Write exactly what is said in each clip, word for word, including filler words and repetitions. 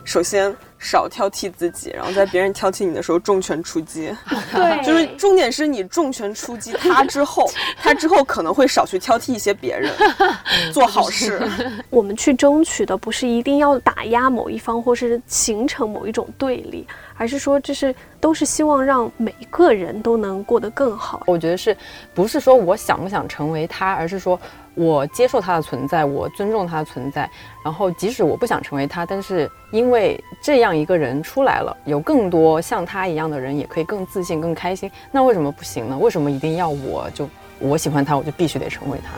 首先少挑剔自己，然后在别人挑剔你的时候重拳出击。 对， 就是重点是你重拳出击他之后，他之后可能会少去挑剔一些别人，做好事。 我们去争取的不是一定要打压某一方，或是形成某一种对立，而是说这是都是希望让每个人都能过得更好。 我觉得是不是说我想不想成为他，而是说我接受他的存在，我尊重他的存在，然后即使我不想成为他，但是因为这样一个人出来了，有更多像他一样的人也可以更自信更开心，那为什么不行呢？为什么一定要我就我喜欢他我就必须得成为他？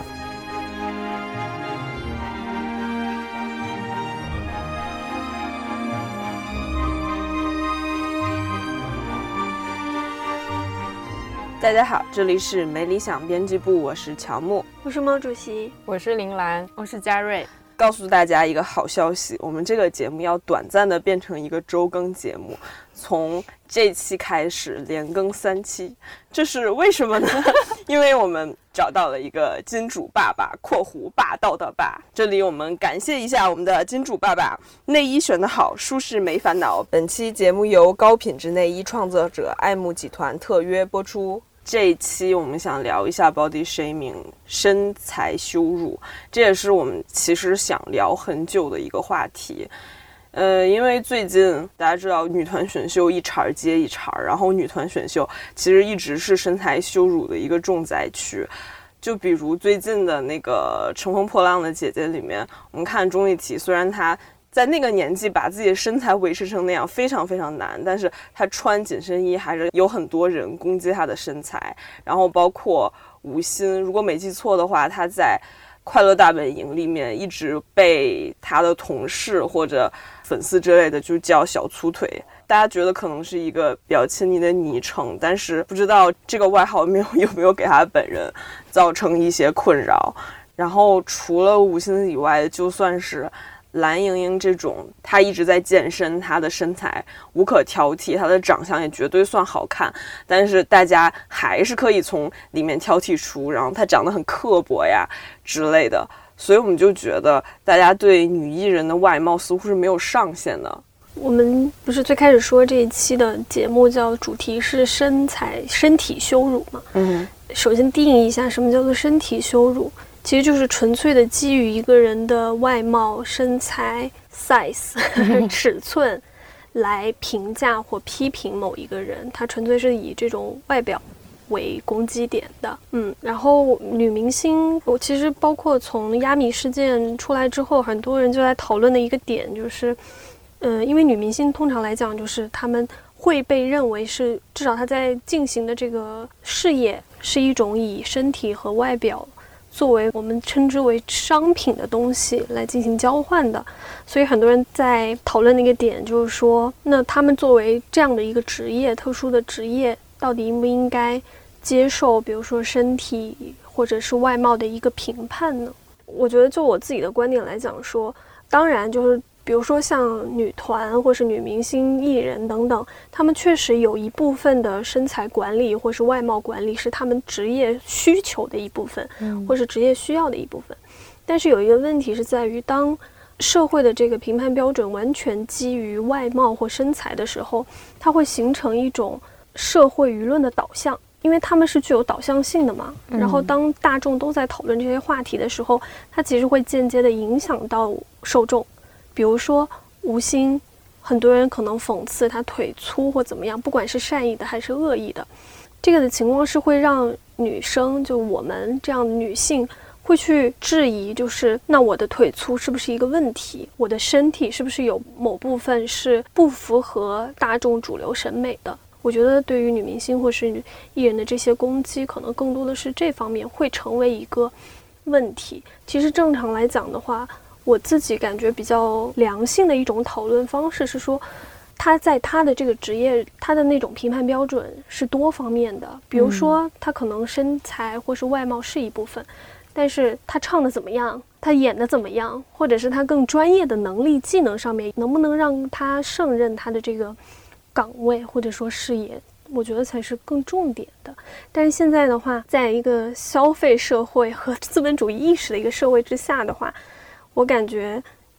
大家好，这里是没理想编辑部，我是乔木， 我是毛主席， 我是林兰， 我是嘉瑞。 告诉大家一个好消息，我们这个节目要短暂的变成一个周更节目，从这期开始连更三期。这是为什么呢？因为我们找到了一个金主爸爸（括弧霸道的霸）。这里我们感谢一下我们的金主爸爸，内衣选得好，舒适没烦恼。本期节目由高品质内衣创作者爱慕集团特约播出。这一期我们想聊一下 body shaming 身材羞辱，这也是我们其实想聊很久的一个话题。呃，因为最近大家知道女团选秀一茬接一茬，然后女团选秀其实一直是身材羞辱的一个重灾区。就比如最近的那个乘风破浪的姐姐里面，我们看钟丽缇，虽然她在那个年纪把自己的身材维持成那样非常非常难，但是她穿紧身衣还是有很多人攻击她的身材。然后包括吴昕，如果没记错的话，她在快乐大本营里面一直被她的同事或者粉丝之类的就叫小粗腿，大家觉得可能是一个比较亲昵的昵称，但是不知道这个外号没有有没有给她本人造成一些困扰。然后除了吴昕以外，就算是蓝盈莹这种，她一直在健身，她的身材无可挑剔，她的长相也绝对算好看，但是大家还是可以从里面挑剔出，然后她长得很刻薄呀之类的，所以我们就觉得大家对女艺人的外貌似乎是没有上限的。 我们不是最开始说这一期的节目叫主题是身材身体羞辱吗？ 嗯， 首先定义一下什么叫做身体羞辱，其实就是纯粹的基于一个人的外貌、身材、size 尺寸来评价或批评某一个人，它纯粹是以这种外表为攻击点的。嗯，然后女明星，我其实包括从亚米事件出来之后，很多人就在讨论的一个点就是，嗯，因为女明星通常来讲就是她们会被认为是至少她在进行的这个事业是一种以身体和外表作为我们称之为商品的东西来进行交换的，所以很多人在讨论那个点，就是说，那他们作为这样的一个职业，特殊的职业，到底应不应该接受，比如说身体或者是外貌的一个评判呢？我觉得就我自己的观点来讲说，当然就是比如说像女团或是女明星艺人等等，他们确实有一部分的身材管理或是外貌管理是他们职业需求的一部分、嗯、或是职业需要的一部分。但是有一个问题是在于，当社会的这个评判标准完全基于外貌或身材的时候，它会形成一种社会舆论的导向，因为他们是具有导向性的嘛。然后当大众都在讨论这些话题的时候，它其实会间接的影响到受众。比如说吴昕，很多人可能讽刺她腿粗或怎么样，不管是善意的还是恶意的，这个的情况是会让女生，就我们这样的女性会去质疑，就是那我的腿粗是不是一个问题，我的身体是不是有某部分是不符合大众主流审美的。我觉得对于女明星或是艺人的这些攻击，可能更多的是这方面会成为一个问题。其实正常来讲的话，我自己感觉比较良性的一种讨论方式是说，他在他的这个职业，他的那种评判标准是多方面的。比如说他可能身材或是外貌是一部分，但是他唱的怎么样，他演的怎么样，或者是他更专业的能力技能上面能不能让他胜任他的这个岗位或者说事业，我觉得才是更重点的。但是现在的话，在一个消费社会和资本主义意识的一个社会之下的话，我感觉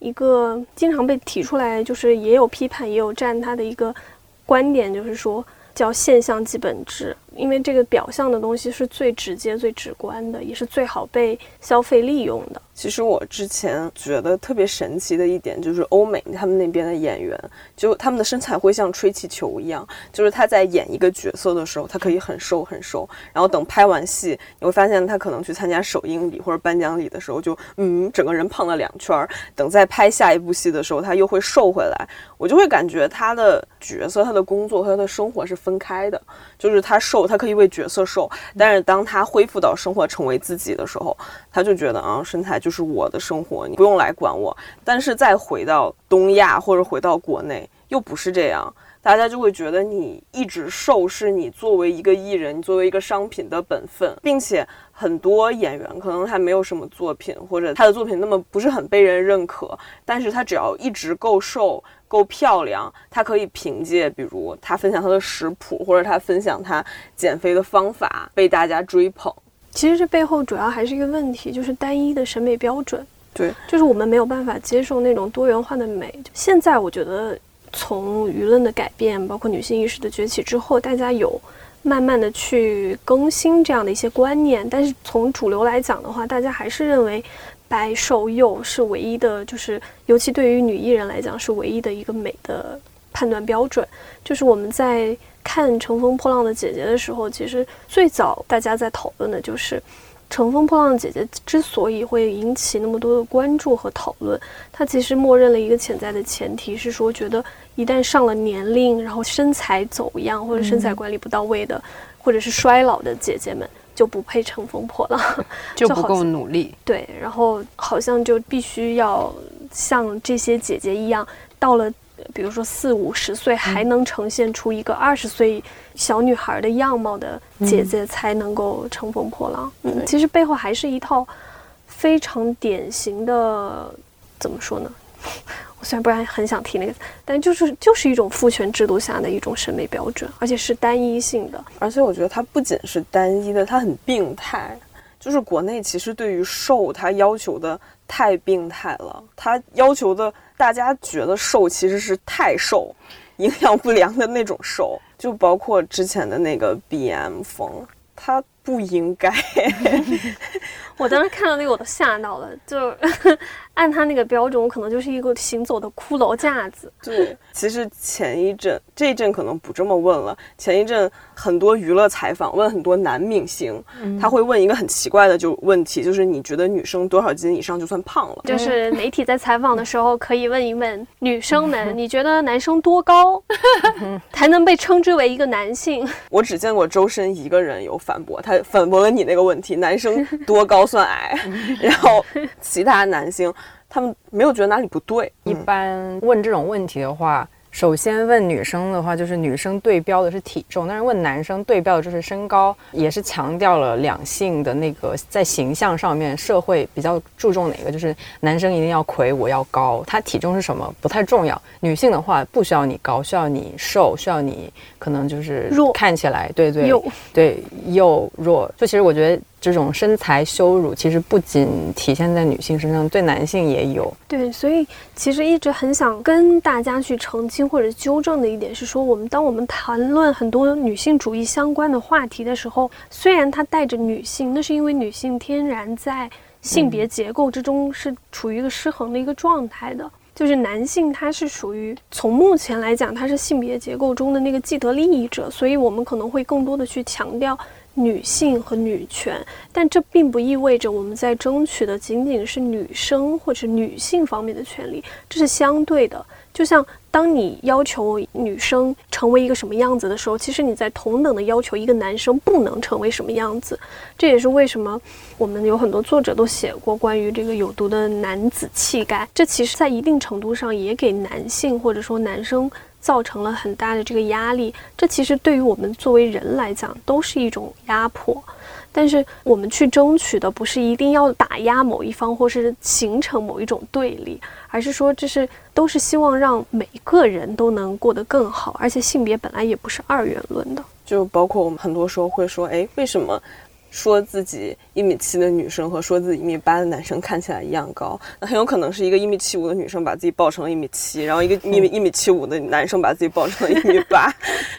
一个经常被提出来，就是也有批判也有赞他的一个观点，就是说叫现象即本质，因为这个表象的东西是最直接最直观的，也是最好被消费利用的。 其实我之前觉得特别神奇的一点就是欧美他们那边的演员，就他们的身材会像吹气球一样，就是他在演一个角色的时候他可以很瘦很瘦，然后等拍完戏你会发现他可能去参加首映礼或者颁奖礼的时候就嗯整个人胖了两圈，等再拍下一部戏的时候他又会瘦回来。我就会感觉他的角色他的工作和他的生活是分开的，就是他瘦他可以为角色瘦，但是当他恢复到生活成为自己的时候，他就觉得啊身材就是我的生活，你不用来管我。但是再回到东亚或者回到国内又不是这样，大家就会觉得你一直瘦是你作为一个艺人你作为一个商品的本分，并且很多演员可能还没有什么作品，或者他的作品那么不是很被人认可，但是他只要一直够瘦够漂亮，他可以凭借比如他分享他的食谱或者他分享他减肥的方法被大家追捧。 其实这背后主要还是一个问题，就是单一的审美标准。 对， 就是我们没有办法接受那种多元化的美。现在我觉得从舆论的改变，包括女性意识的崛起之后，大家有慢慢的去更新这样的一些观念，但是从主流来讲的话，大家还是认为白瘦幼是唯一的，就是尤其对于女艺人来讲是唯一的一个美的判断标准。就是我们在看《乘风破浪的姐姐》的时候，其实最早大家在讨论的就是《乘风破浪的姐姐》之所以会引起那么多的关注和讨论，它其实默认了一个潜在的前提，是说觉得一旦上了年龄，然后身材走样或者身材管理不到位的、嗯、或者是衰老的姐姐们就不配乘风破浪， 就不够努力。 对，然后好像就必须要像这些姐姐一样，到了比如说四五十岁还能呈现出一个二十岁小女孩的样貌的姐姐才能够乘风破浪。嗯，嗯其实背后还是一套非常典型的，怎么说呢？我虽然不然很想提那个，但就是就是一种父权制度下的一种审美标准，而且是单一性的。 而且我觉得它不仅是单一的，它很病态。就是国内其实对于瘦，它要求的太病态了，它要求的大家觉得瘦其实是太瘦，营养不良的那种瘦，就包括之前的那个 B M 风，它不应该。 我当时看到那个我都吓到了，就按他那个标准，我可能就是一个行走的骷髅架子。 对，其实前一阵这一阵可能不这么问了，前一阵很多娱乐采访问很多男明星、嗯、他会问一个很奇怪的就问题，就是你觉得女生多少斤以上就算胖了？ 就是媒体在采访的时候可以问一问女生们，你觉得男生多高才能被称之为一个男性？ 我只见过周深一个人有反驳，他反驳了你那个问题，男生多高算矮，然后其他男性他们没有觉得哪里不对。 一般问这种问题的话，首先问女生的话，就是女生对标的是体重，但是问男生对标的就是身高，也是强调了两性的那个在形象上面，社会比较注重哪个，就是男生一定要魁梧要高，他体重是什么不太重要。女性的话不需要你高，需要你瘦，需要你可能就是弱， 看起来对对幼对幼弱。就其实我觉得这种身材羞辱其实不仅体现在女性身上，对男性也有。 对，所以其实一直很想跟大家去澄清或者纠正的一点是说，我们当我们谈论很多女性主义相关的话题的时候，虽然它带着女性，那是因为女性天然在性别结构之中是处于一个失衡的一个状态的、嗯、就是男性他是属于从目前来讲他是性别结构中的那个既得利益者，所以我们可能会更多的去强调女性和女权，但这并不意味着我们在争取的仅仅是女生或者女性方面的权利，这是相对的。就像当你要求女生成为一个什么样子的时候，其实你在同等的要求一个男生不能成为什么样子。这也是为什么我们有很多作者都写过关于这个有毒的男子气概，这其实在一定程度上也给男性或者说男生造成了很大的这个压力，这其实对于我们作为人来讲都是一种压迫。但是我们去争取的不是一定要打压某一方或是形成某一种对立，而是说这是都是希望让每个人都能过得更好，而且性别本来也不是二元论的。 就包括我们很多时候会说，哎，为什么说自己一米七的女生和说自己一米八的男生看起来一样高，那很有可能是一个一米七五的女生把自己抱成了一米七，然后一个一米一米七五的男生把自己抱成了一米八。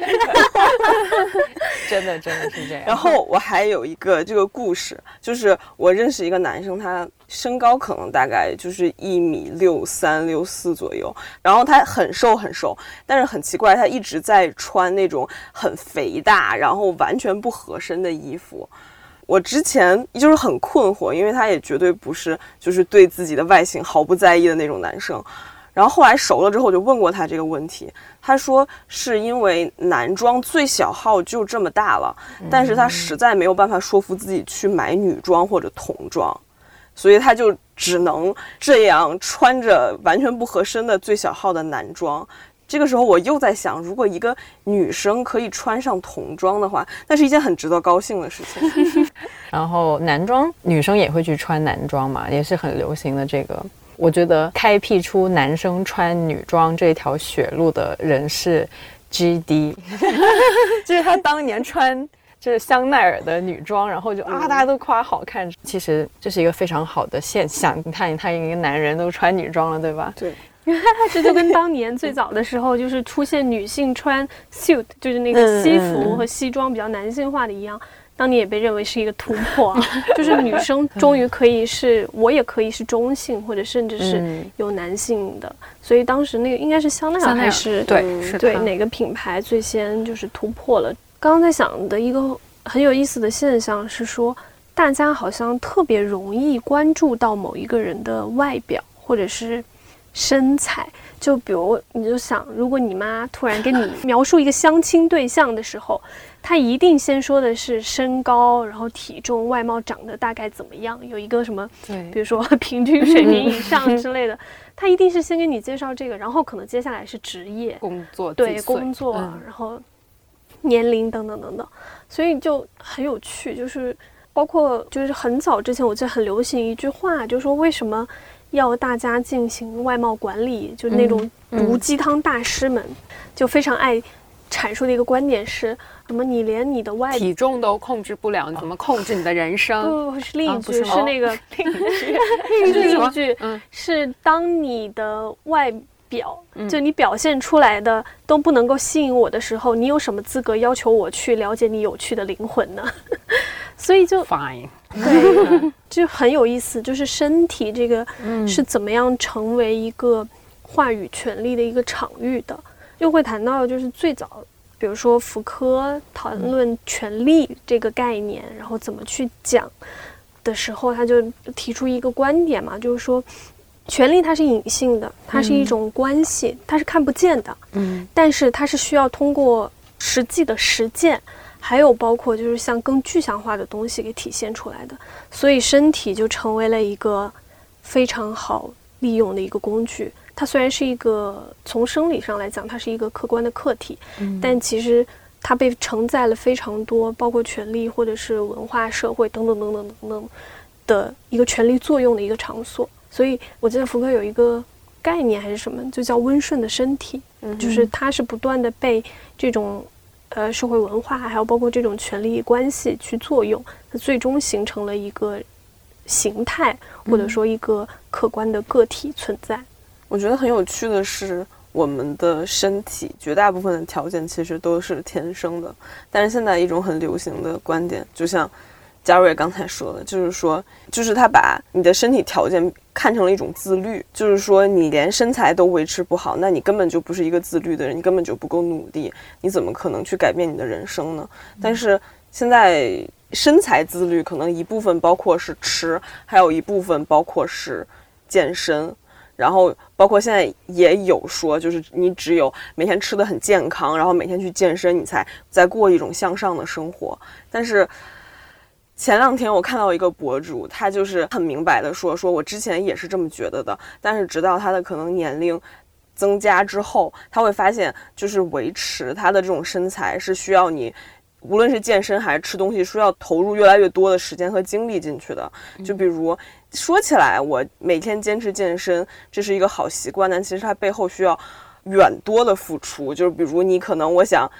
真的真的是这样。 然后我还有一个这个故事，就是我认识一个男生，他身高可能大概就是一米六三六四左右，然后他很瘦很瘦，但是很奇怪，他一直在穿那种很肥大然后完全不合身的衣服。我之前就是很困惑，因为他也绝对不是就是对自己的外形毫不在意的那种男生。然后后来熟了之后，我就问过他这个问题，他说是因为男装最小号就这么大了，但是他实在没有办法说服自己去买女装或者童装，所以他就只能这样穿着完全不合身的最小号的男装。这个时候我又在想，如果一个女生可以穿上童装的话，那是一件很值得高兴的事情。 然后男装女生也会去穿男装嘛，也是很流行的。这个我觉得开辟出男生穿女装这条血路的人是 G D。 就是他当年穿就是香奈儿的女装，然后就啊大家都夸好看。其实这是一个非常好的现象，你看他一个男人都穿女装了，对吧？ 对， 这就跟当年最早的时候就是出现女性穿 suit， 就是那个西服和西装比较男性化的一样，当年也被认为是一个突破。就是女生终于可以是，我也可以是中性，或者甚至是有男性的。所以当时那个应该是香奈儿还是对是对哪个品牌最先就是突破了。刚刚在想的一个很有意思的现象是说，大家好像特别容易关注到某一个人的外表或者是身材。就比如你就想，如果你妈突然跟你描述一个相亲对象的时候，她一定先说的是身高，然后体重、外貌长得大概怎么样，有一个什么比如说平均水平以上之类的，她一定是先给你介绍这个，然后可能接下来是职业、 工作， 对工作、嗯、然后年龄等等等等。所以就很有趣，就是包括就是很早之前我记得很流行一句话，就是说为什么要大家进行外貌管理，就是那种毒鸡汤大师们、嗯嗯、就非常爱阐述的一个观点是什么？你连你的外体重都控制不了，你怎么控制你的人生？ 不，是另一句、啊、是, 是那个另一句另一句另一句、嗯、是当你的外表、嗯、就你表现出来的都不能够吸引我的时候，你有什么资格要求我去了解你有趣的灵魂呢？所以就 fine。 对，就很有意思，就是身体这个是怎么样成为一个话语权力的一个场域的。又会谈到就是最早比如说福柯讨论权力这个概念、嗯、然后怎么去讲的时候，他就提出一个观点嘛，就是说权力它是隐性的，它是一种关系、嗯、它是看不见的，嗯，但是它是需要通过实际的实践，还有包括就是像更具象化的东西给体现出来的，所以身体就成为了一个非常好利用的一个工具。它虽然是一个从生理上来讲它是一个客观的客体、嗯、但其实它被承载了非常多包括权力或者是文化社会等等等等等等的一个权力作用的一个场所。所以我记得福柯有一个概念还是什么，就叫温顺的身体、嗯、就是它是不断的被这种呃社会文化还有包括这种权力关系去作用，它最终形成了一个形态或者说一个客观的个体存在、嗯， 我觉得很有趣的是，我们的身体绝大部分的条件其实都是天生的，但是现在一种很流行的观点，就像嘉瑞刚才说的，就是说，就是他把你的身体条件看成了一种自律，就是说你连身材都维持不好，那你根本就不是一个自律的人，你根本就不够努力，你怎么可能去改变你的人生呢？但是现在身材自律可能一部分包括是吃，还有一部分包括是健身。然后包括现在也有说，就是你只有每天吃得很健康，然后每天去健身，你才在过一种向上的生活。但是前两天我看到一个博主，他就是很明白的说说我之前也是这么觉得的，但是直到他的可能年龄增加之后，他会发现就是维持他的这种身材是需要你无论是健身还是吃东西，需要投入越来越多的时间和精力进去的。就比如说起来我每天坚持健身这是一个好习惯，但其实它背后需要远多的付出。就是比如你可能我想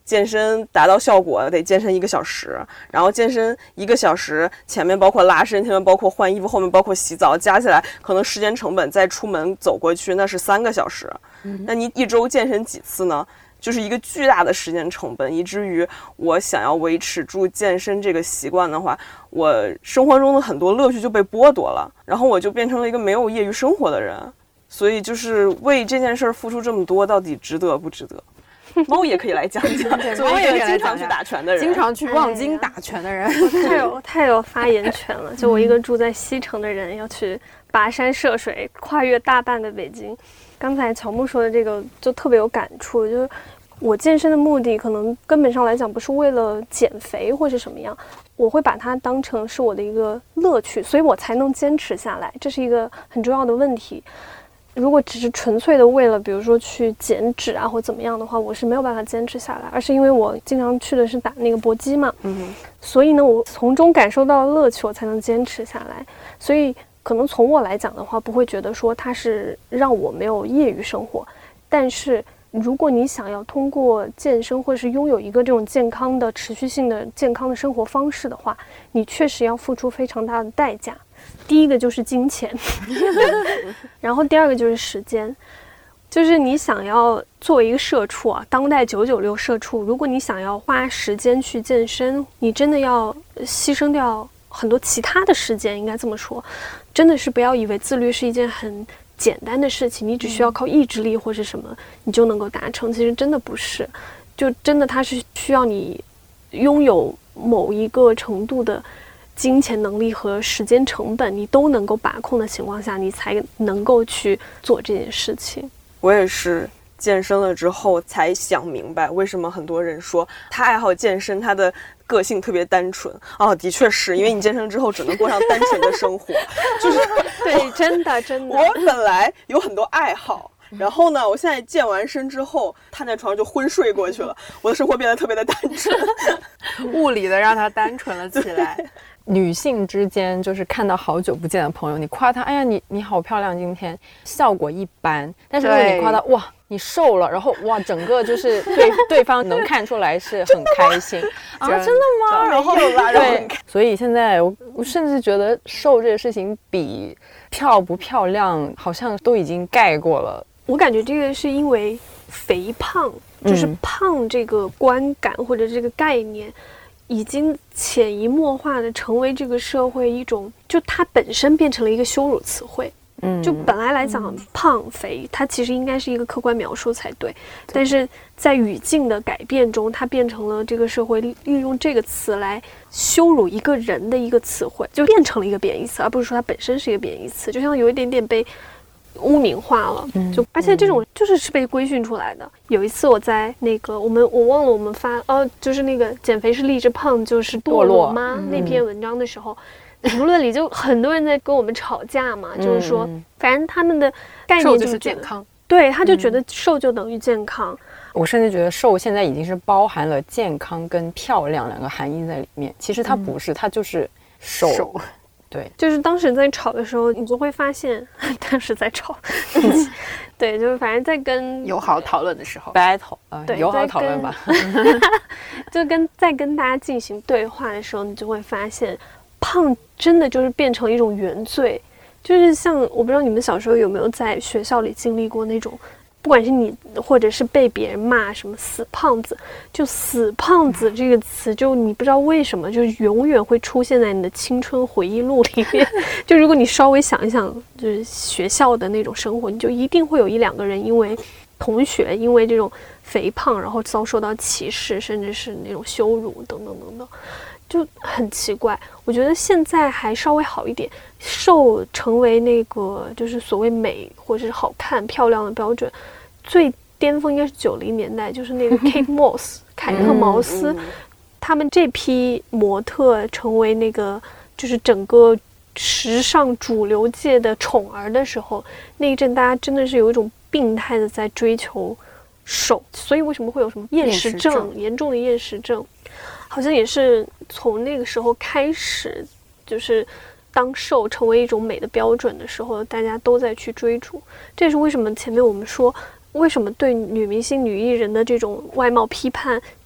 健身达到效果得健身一个小时，然后健身一个小时前面包括拉伸，前面包括换衣服，后面包括洗澡，加起来可能时间成本再出门走过去那是三个小时。嗯、那你一周健身几次呢？就是一个巨大的时间成本，以至于我想要维持住健身这个习惯的话，我生活中的很多乐趣就被剥夺了，然后我就变成了一个没有业余生活的人。所以就是为这件事付出这么多，到底值得不值得？猫也可以来讲讲，作为一个经常去打拳的人， 经常去望京打拳的人， 太有太有发言权了。就我一个住在西城的人，要去跋山涉水，跨越大半个北京。刚才乔木说的这个就特别有感触，就是我健身的目的可能根本上来讲不是为了减肥或是什么样，我会把它当成是我的一个乐趣，所以我才能坚持下来，这是一个很重要的问题。如果只是纯粹的为了比如说去减脂啊或怎么样的话，我是没有办法坚持下来，而是因为我经常去的是打那个搏击嘛，嗯，所以呢我从中感受到乐趣，我才能坚持下来。所以可能从我来讲的话，不会觉得说它是让我没有业余生活，但是如果你想要通过健身或是拥有一个这种健康的持续性的健康的生活方式的话，你确实要付出非常大的代价。第一个就是金钱然后第二个就是时间。就是你想要作为一个社畜啊，当代九九六社畜，如果你想要花时间去健身，你真的要牺牲掉很多其他的时间，应该这么说。真的是不要以为自律是一件很简单的事情，你只需要靠意志力或是什么你就能够达成，其实真的不是。就真的它是需要你拥有某一个程度的金钱能力和时间成本，你都能够把控的情况下，你才能够去做这件事情。 我也是健身了之后才想明白，为什么很多人说他爱好健身，他的个性特别单纯啊，的确是因为你健身之后只能过上单纯的生活，就是对，真的真的。 我本来有很多爱好，然后呢，我现在健完身之后瘫在床上就昏睡过去了，我的生活变得特别的单纯， 物理的让它单纯了起来。 女性之间就是看到好久不见的朋友，你夸她，哎呀你你好漂亮，今天效果一般。但是如果你夸她，哇你瘦了，然后哇整个就是对对方能看出来是很开心啊，真的吗？然后对，所以现在我我甚至觉得瘦这个事情比漂不漂亮好像都已经盖过了。 我感觉这个是因为肥胖，就是胖这个观感或者这个概念。已经潜移默化的成为这个社会一种，就它本身变成了一个羞辱词汇。嗯，就本来来讲、嗯、胖肥它其实应该是一个客观描述才对，但是在语境的改变中，它变成了这个社会利用这个词来羞辱一个人的一个词汇，就变成了一个贬义词，而不是说它本身是一个贬义词，就像有一点点被污名化了，就而且这种就是是被规训出来的。有一次我在那个我们我忘了我们发哦，就是那个减肥是励志胖就是堕落吗、嗯、那篇文章的时候，评论里就很多人在跟我们吵架嘛、嗯、就是说反正他们的概念就是健康， 对，他就觉得瘦就等于健康、嗯、 我甚至觉得瘦现在已经是包含了健康跟漂亮两个含义在里面，其实它不是、嗯、它就是瘦, 瘦对， 就是当时在吵的时候，你就会发现，当时在吵，对，就是反正在跟友好讨论的时候 ，battle， 呃，对，友好讨论吧， 就跟在跟大家进行对话的时候，你就会发现，胖真的就是变成了一种原罪，就是像我不知道你们小时候有没有在学校里经历过那种。不管是你或者是被别人骂什么死胖子，就死胖子这个词，就你不知道为什么就永远会出现在你的青春回忆录里面。就如果你稍微想一想，就是学校的那种生活，你就一定会有一两个人因为同学因为这种肥胖然后遭受到歧视，甚至是那种羞辱等等等等，就很奇怪。我觉得现在还稍微好一点，瘦成为那个就是所谓美或者是好看漂亮的标准，最巅峰应该是九零年代，就是那个 Kate Moss 凯特毛斯、嗯嗯、他们这批模特成为那个就是整个时尚主流界的宠儿的时候，那一阵大家真的是有一种病态的在追求瘦，所以为什么会有什么厌食症，严重的厌食症，好像也是从那个时候开始，就是当瘦成为一种美的标准的时候，大家都在去追逐。这是为什么前面我们说为什么对女明星女艺人的这种外貌批判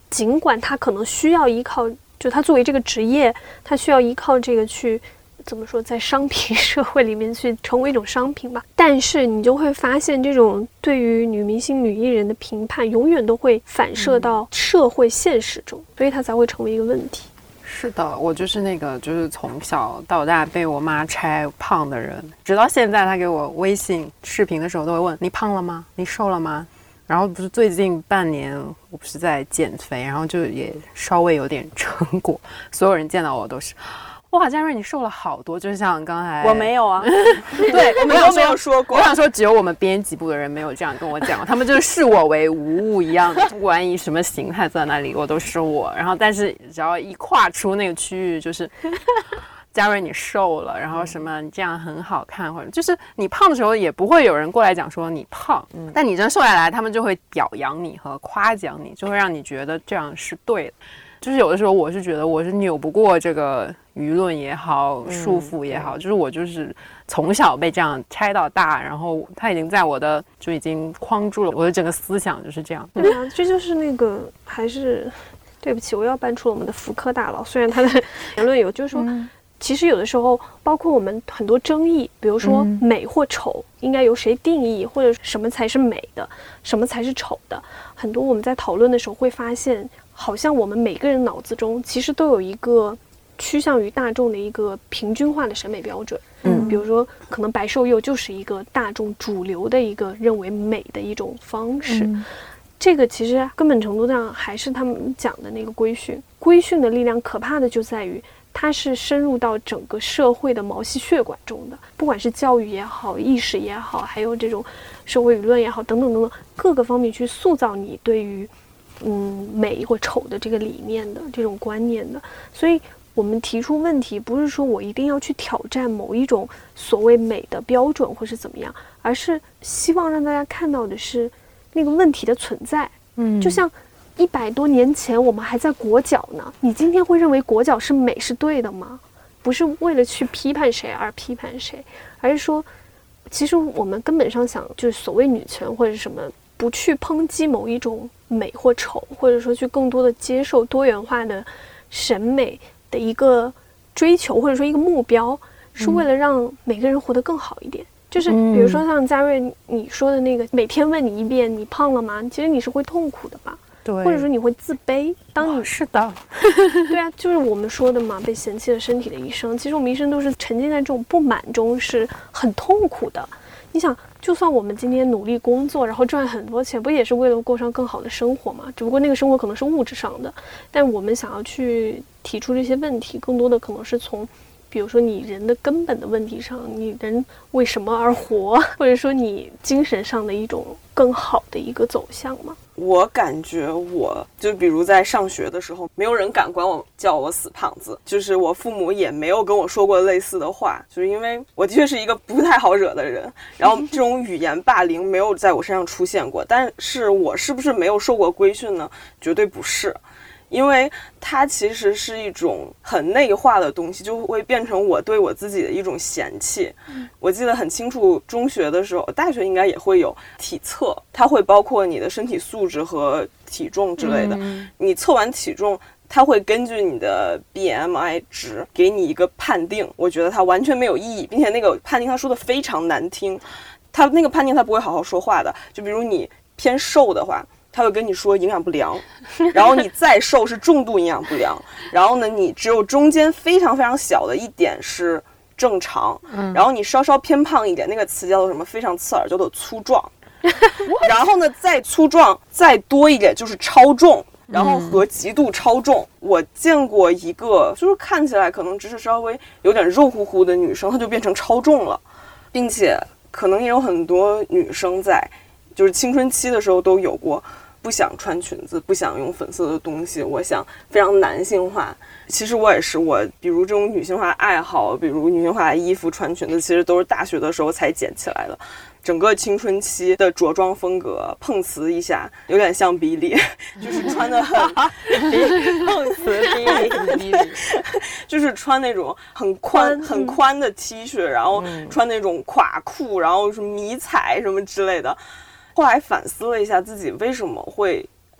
尽管他可能需要依靠，就他作为这个职业，他需要依靠这个去怎么说，在商品社会里面去成为一种商品吧。但是你就会发现，这种对于女明星、女艺人的评判，永远都会反射到社会现实中，所以它才会成为一个问题。 是的，我就是那个就是从小到大被我妈拆胖的人，直到现在她给我微信视频的时候都会问你胖了吗？你瘦了吗？然后不是最近半年我不是在减肥，然后就也稍微有点成果，所有人见到我都是哇，嘉瑞你瘦了好多，就像刚才我没有啊， 对， 我们都没有说过。 我想说，只有我们编辑部的人没有这样跟我讲，他们就是视我为无物一样的，不管以什么形态坐在那里，我都是我。然后，但是只要一跨出那个区域，就是嘉瑞你瘦了，然后什么你这样很好看，或者就是你胖的时候，也不会有人过来讲说你胖，嗯、但你真瘦下来，他们就会表扬你和夸奖你，就会让你觉得这样是对的。就是有的时候我是觉得我是扭不过这个舆论也好，束缚也好，嗯、就是我就是从小被这样拆到大，然后它已经在我的就已经框住了我的整个思想，就是这样。 对啊，这就是那个还是对不起，我要搬出了我们的福柯大佬，虽然他的言论有，就是说。嗯其实有的时候，包括我们很多争议，比如说美或丑应该由谁定义，或者什么才是美的，什么才是丑的，很多我们在讨论的时候会发现，好像我们每个人脑子中其实都有一个趋向于大众的一个平均化的审美标准。嗯，比如说可能白瘦幼就是一个大众主流的一个认为美的一种方式。嗯，这个其实根本程度上还是他们讲的那个规训，规训的力量可怕的就在于。它是深入到整个社会的毛细血管中的，不管是教育也好，意识也好，还有这种社会舆论也好，等等等等，各个方面去塑造你对于嗯美或丑的这个理念的这种观念的。所以我们提出问题，不是说我一定要去挑战某一种所谓美的标准或是怎么样，而是希望让大家看到的是那个问题的存在。嗯，就像。一百多年前我们还在裹脚呢，你今天会认为裹脚是美是对的吗？不是为了去批判谁而批判谁，而是说其实我们根本上想就是所谓女权或者什么，不去抨击某一种美或丑，或者说去更多的接受多元化的审美的一个追求，或者说一个目标，是为了让每个人活得更好一点。就是比如说像嘉瑞你说的那个，每天问你一遍你胖了吗，其实你是会痛苦的吧，对，或者说你会自卑。当你是的， 对啊，就是我们说的嘛，被嫌弃了身体的一生。其实我们一生都是沉浸在这种不满中，是很痛苦的。你想，就算我们今天努力工作，然后赚很多钱，不也是为了过上更好的生活吗？只不过那个生活可能是物质上的，但我们想要去提出这些问题，更多的可能是从。比如说你人的根本的问题上，你人为什么而活，或者说你精神上的一种更好的一个走向嘛。 我感觉我就比如在上学的时候，没有人敢管我叫我死胖子，就是我父母也没有跟我说过类似的话，就是因为我的确是一个不太好惹的人，然后这种语言霸凌没有在我身上出现过。但是我是不是没有受过规训呢？绝对不是。因为它其实是一种很内化的东西，就会变成我对我自己的一种嫌弃。嗯、我记得很清楚，中学的时候，大学应该也会有体测，它会包括你的身体素质和体重之类的。嗯、你测完体重，它会根据你的 B M I 值给你一个判定。我觉得它完全没有意义，并且那个判定它说的非常难听。它那个判定它不会好好说话的。就比如你偏瘦的话。他会跟你说营养不良，然后你再瘦是重度营养不良，然后呢你只有中间非常非常小的一点是正常，嗯、然后你稍稍偏胖一点，那个词叫做什么非常刺耳，叫做粗壮，然后呢再粗壮再多一点就是超重，然后和极度超重。嗯、我见过一个就是看起来可能只是稍微有点肉乎乎的女生，她就变成超重了，并且可能也有很多女生在就是青春期的时候都有过不想穿裙子，不想用粉色的东西，我想非常男性化。其实我也是，我比如这种女性化爱好，比如女性化的衣服穿裙子，其实都是大学的时候才捡起来的。整个青春期的着装风格碰瓷一下有点像比利，就是穿的很碰瓷比利就是穿那种很宽很宽的 T 恤，然后穿那种垮裤，然后什么迷彩什么之类的。后来反思了一下自己为什么会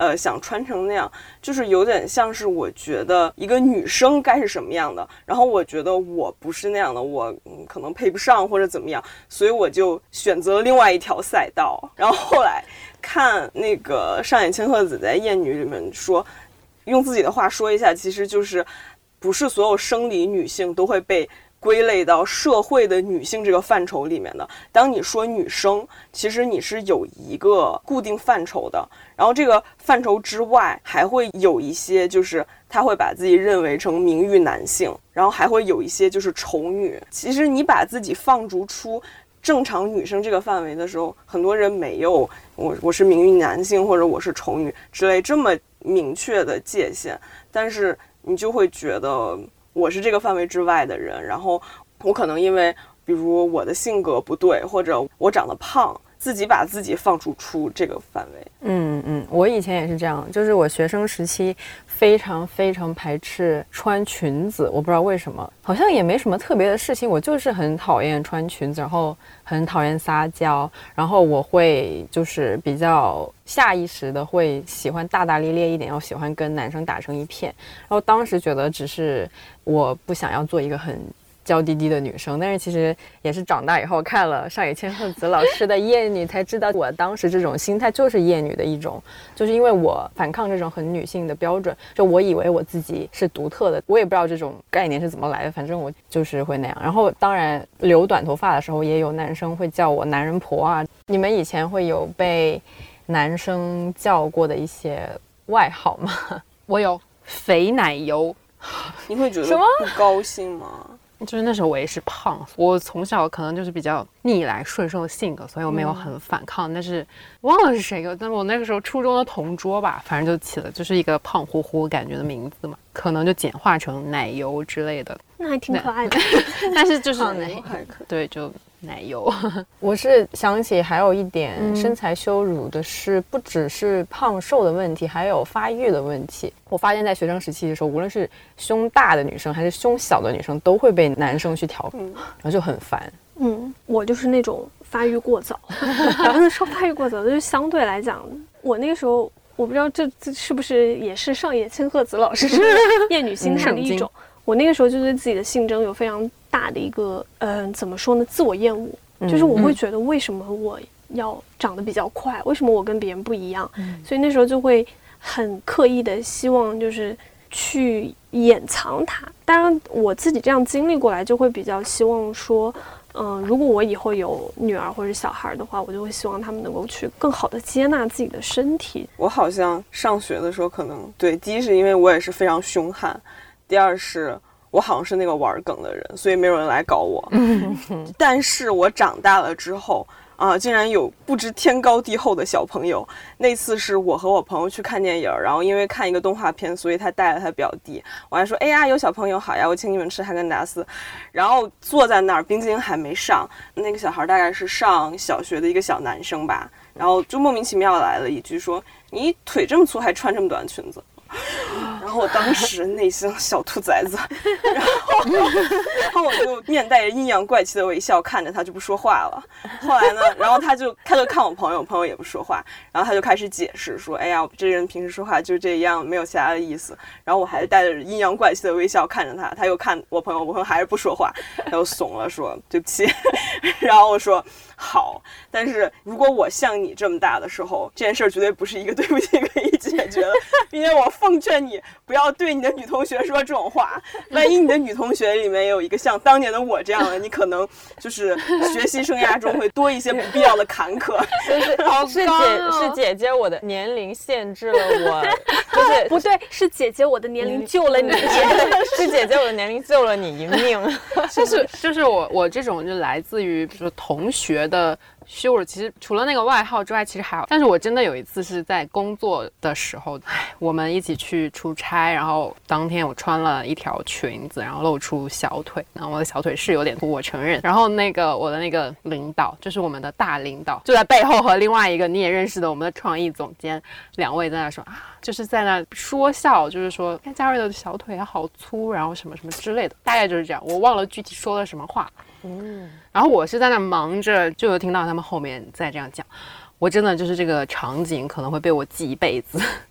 呃想穿成那样，就是有点像是我觉得一个女生该是什么样的，然后我觉得我不是那样的，我、嗯、可能配不上或者怎么样，所以我就选择了另外一条赛道。然后后来看那个上野千鹤子在《厌女》里面说，用自己的话说一下，其实就是不是所有生理女性都会被归类到社会的女性这个范畴里面的。当你说女生，其实你是有一个固定范畴的，然后这个范畴之外还会有一些，就是她会把自己认为成名誉男性，然后还会有一些就是丑女。其实你把自己放逐出正常女生这个范围的时候，很多人没有我我是名誉男性或者我是丑女之类这么明确的界限，但是你就会觉得我是这个范围之外的人，然后我可能因为比如我的性格不对，或者我长得胖，自己把自己放逐出这个范围。 嗯嗯，我以前也是这样，就是我学生时期非常非常排斥穿裙子，我不知道为什么，好像也没什么特别的事情，我就是很讨厌穿裙子，然后很讨厌撒娇，然后我会就是比较下意识的会喜欢大大咧咧一点，要喜欢跟男生打成一片，然后当时觉得只是我不想要做一个很娇滴滴的女生，但是其实也是长大以后看了上野千鹤子老师的《厌女》才知道，我当时这种心态就是厌女的一种，就是因为我反抗这种很女性的标准，就我以为我自己是独特的，我也不知道这种概念是怎么来的，反正我就是会那样。然后当然留短头发的时候，也有男生会叫我男人婆啊。你们以前会有被男生叫过的一些外号吗？ 我有肥奶油。 你会觉得不高兴吗？ 就是那时候我也是胖，我从小可能就是比较逆来顺受的性格，所以我没有很反抗、嗯、但是忘了是谁了，但是我那个时候初中的同桌吧，反正就起了就是一个胖乎乎感觉的名字嘛，可能就简化成奶油之类的， 那还挺可爱的但是就是奶油还可以， 对，就奶油。 我是想起还有一点身材羞辱的是，不只是胖瘦的问题，还有发育的问题。我发现在学生时期的时候，无论是胸大的女生还是胸小的女生，都会被男生去调皮、嗯、然后就很烦。 嗯，我就是那种发育过早我不能说发育过早，就是相对来讲，我那个时候我不知道这这是不是也是上野千鹤子老师是厌女心态的一种、嗯、我那个时候就对自己的性征有非常大的一个嗯、呃，怎么说呢，自我厌恶、嗯、就是我会觉得为什么我要长得比较快、嗯、为什么我跟别人不一样、嗯、所以那时候就会很刻意的希望就是去掩藏它。当然我自己这样经历过来，就会比较希望说嗯、呃，如果我以后有女儿或者小孩的话，我就会希望他们能够去更好的接纳自己的身体。 我好像上学的时候可能对，第一是因为我也是非常凶悍，第二是我好像是那个玩梗的人，所以没有人来搞我但是我长大了之后啊，竟然有不知天高地厚的小朋友。那次是我和我朋友去看电影，然后因为看一个动画片，所以他带了他表弟，我还说哎呀有小朋友好呀，我请你们吃哈根达斯。然后坐在那儿，冰激凌还没上，那个小孩大概是上小学的一个小男生吧，然后就莫名其妙来了一句说你腿这么粗还穿这么短裙子。然后我当时内心小兔崽子，然后然后我就面带着阴阳怪气的微笑看着他，就不说话了。后来呢，然后他就他就看我朋友，朋友也不说话，然后他就开始解释说，哎呀，这人平时说话就这样，没有其他的意思。然后我还带着阴阳怪气的微笑看着他，他又看我朋友，我朋友还是不说话，他又怂了说对不起。然后我说好，但是如果我像你这么大的时候，这件事绝对不是一个对不起可以解决的，并且我奉劝你不要对你的女同学说这种话。万一你的女同学里面有一个像当年的我这样的，你可能就是学习生涯中会多一些不必要的坎坷。 就是好是高姐哦是姐姐我的年龄限制了我，就是不对，是姐姐我的年龄救了你是姐姐我的年龄救了你一命。 就是就是我我这种就来自于比如说同学的羞辱，其实除了那个外号之外，其实还好。但是我真的有一次是在工作的时候，我们一起去出差，然后当天我穿了一条裙子，然后露出小腿，然后我的小腿是有点粗，我承认。然后那个我的那个领导，就是我们的大领导，就在背后和另外一个你也认识的我们的创意总监，两位在那说啊，就是在那说笑，就是说看嘉瑞的小腿好粗，然后什么什么之类的，大概就是这样。我忘了具体说了什么话。嗯，然后我是在那忙着，就有听到他们后面在这样讲，我真的就是这个场景可能会被我记一辈子。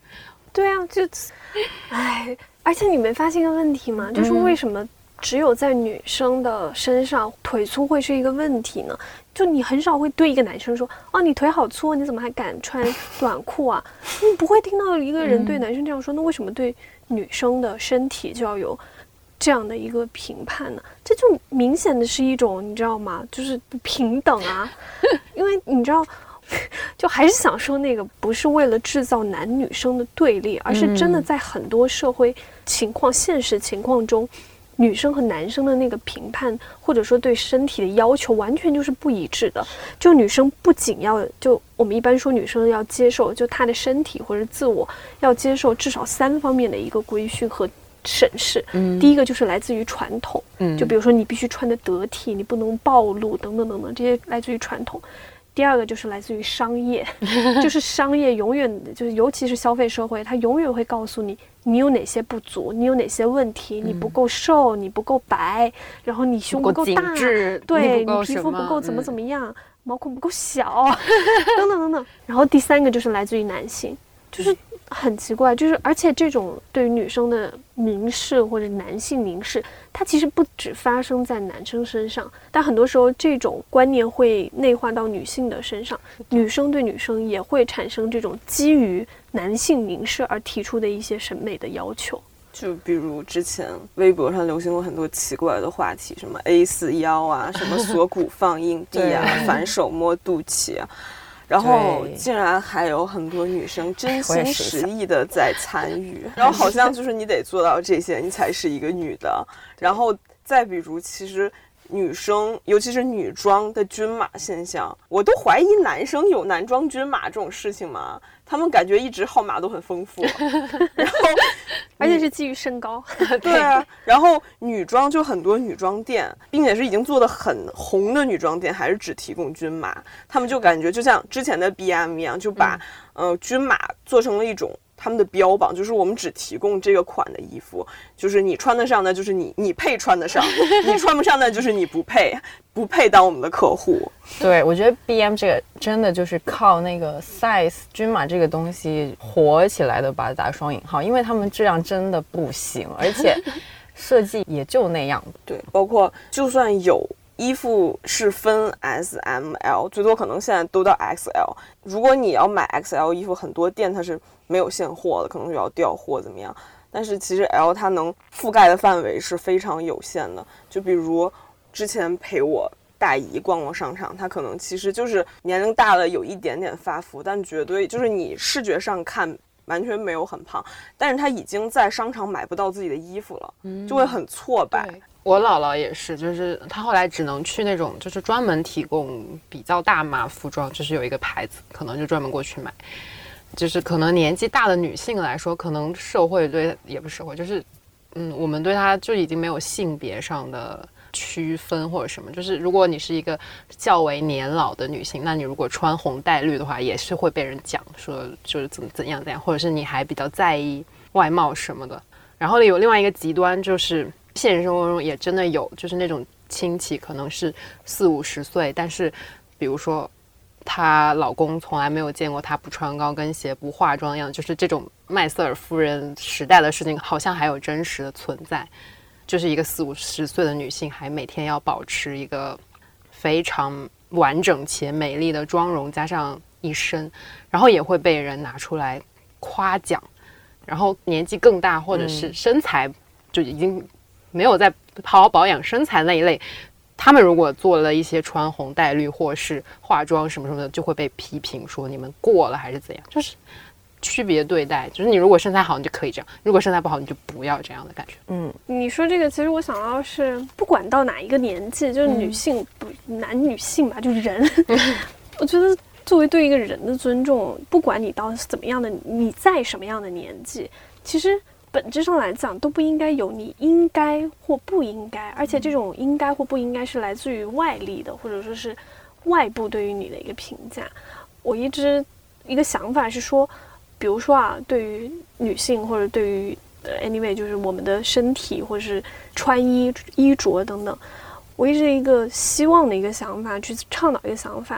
对啊，就，哎，而且你没发现一个问题吗？就是为什么只有在女生的身上腿粗会是一个问题呢？就你很少会对一个男生说，哦，你腿好粗，你怎么还敢穿短裤啊？你不会听到一个人对男生这样说，那为什么对女生的身体就要有这样的一个评判呢？这就明显的是一种，你知道吗？就是不平等啊！因为你知道，就还是想说那个，不是为了制造男女生的对立，而是真的在很多社会情况、现实情况中，女生和男生的那个评判，或者说对身体的要求，完全就是不一致的。就女生不仅要，就我们一般说女生要接受，就她的身体或者自我要接受至少三方面的一个规训和审视。嗯，第一个就是来自于传统，嗯，就比如说你必须穿得得体，你不能暴露等等等等，这些来自于传统。第二个就是来自于商业，就是商业永远就是尤其是消费社会，它永远会告诉你你有哪些不足，你有哪些问题，你不够瘦，你不够白，然后你胸不够大，对，你皮肤不够怎么怎么样，毛孔不够小，等等等等。然后第三个就是来自于男性，就是很奇怪，就是而且这种对于女生的凝视或者男性凝视，它其实不只发生在男生身上，但很多时候这种观念会内化到女性的身上，女生对女生也会产生这种基于男性凝视而提出的一些审美的要求。 就比如之前微博上流行过很多奇怪的话题，什么 A 四腰啊，什么锁骨放硬币啊，反手摸肚脐啊，然后竟然还有很多女生真心实意的在参与，然后好像就是你得做到这些你才是一个女的。然后再比如其实女生尤其是女装的均码现象，我都怀疑男生有男装均码这种事情吗？他们感觉一直号码都很丰富然后而且是基于身高对啊，然后女装就很多女装店，并且是已经做的很红的女装店还是只提供均码，他们就感觉就像之前的 B M 一样，就把、嗯、呃均码做成了一种他们的标榜，就是我们只提供这个款的衣服，就是你穿得上的就是你你配穿得上你穿不上的就是你不配不配当我们的客户。 对，我觉得 B M 这个真的就是靠那个 size 均码这个东西火起来的，把它打双引号，因为他们质量真的不行，而且设计也就那样。 对，包括就算有衣服是分 S M L， 最多可能现在都到 X L， 如果你要买 X L 衣服，很多店它是没有现货的，可能就要调货怎么样，但是其实 L 它能覆盖的范围是非常有限的。就比如之前陪我大姨逛逛商场，她可能其实就是年龄大了有一点点发福，但绝对就是你视觉上看完全没有很胖，但是她已经在商场买不到自己的衣服了，就会很挫败。 我姥姥也是，就是她后来只能去那种就是专门提供比较大码服装，就是有一个牌子可能就专门过去买。就是可能年纪大的女性来说，可能社会对也不是社会，就是嗯，我们对她就已经没有性别上的区分或者什么，就是如果你是一个较为年老的女性，那你如果穿红带绿的话，也是会被人讲说就是怎么怎样怎样，或者是你还比较在意外貌什么的。然后有另外一个极端，就是现实生活中也真的有，就是那种亲戚可能是四五十岁，但是比如说她老公从来没有见过她不穿高跟鞋不化妆一样，就是这种麦瑟尔夫人时代的事情好像还有真实的存在，就是一个四五十岁的女性还每天要保持一个非常完整且美丽的妆容加上一身，然后也会被人拿出来夸奖。然后年纪更大或者是身材就已经没有在好好保养身材那一类，他们如果做了一些穿红带绿或是化妆什么什么的，就会被批评说你们过了还是怎样，就是区别对待，就是你如果身材好你就可以这样，如果身材不好你就不要这样的感觉。 嗯，你说这个其实我想到是不管到哪一个年纪，就是女性、嗯、男女性吧，就是人我觉得作为对一个人的尊重，不管你到怎么样的，你在什么样的年纪，其实本质上来讲都不应该有你应该或不应该，而且这种应该或不应该是来自于外力的，或者说是外部对于你的一个评价。我一直一个想法是说，比如说啊，对于女性或者对于 anyway 就是我们的身体或者是穿衣衣着等等，我一直一个希望的一个想法，去倡导一个想法，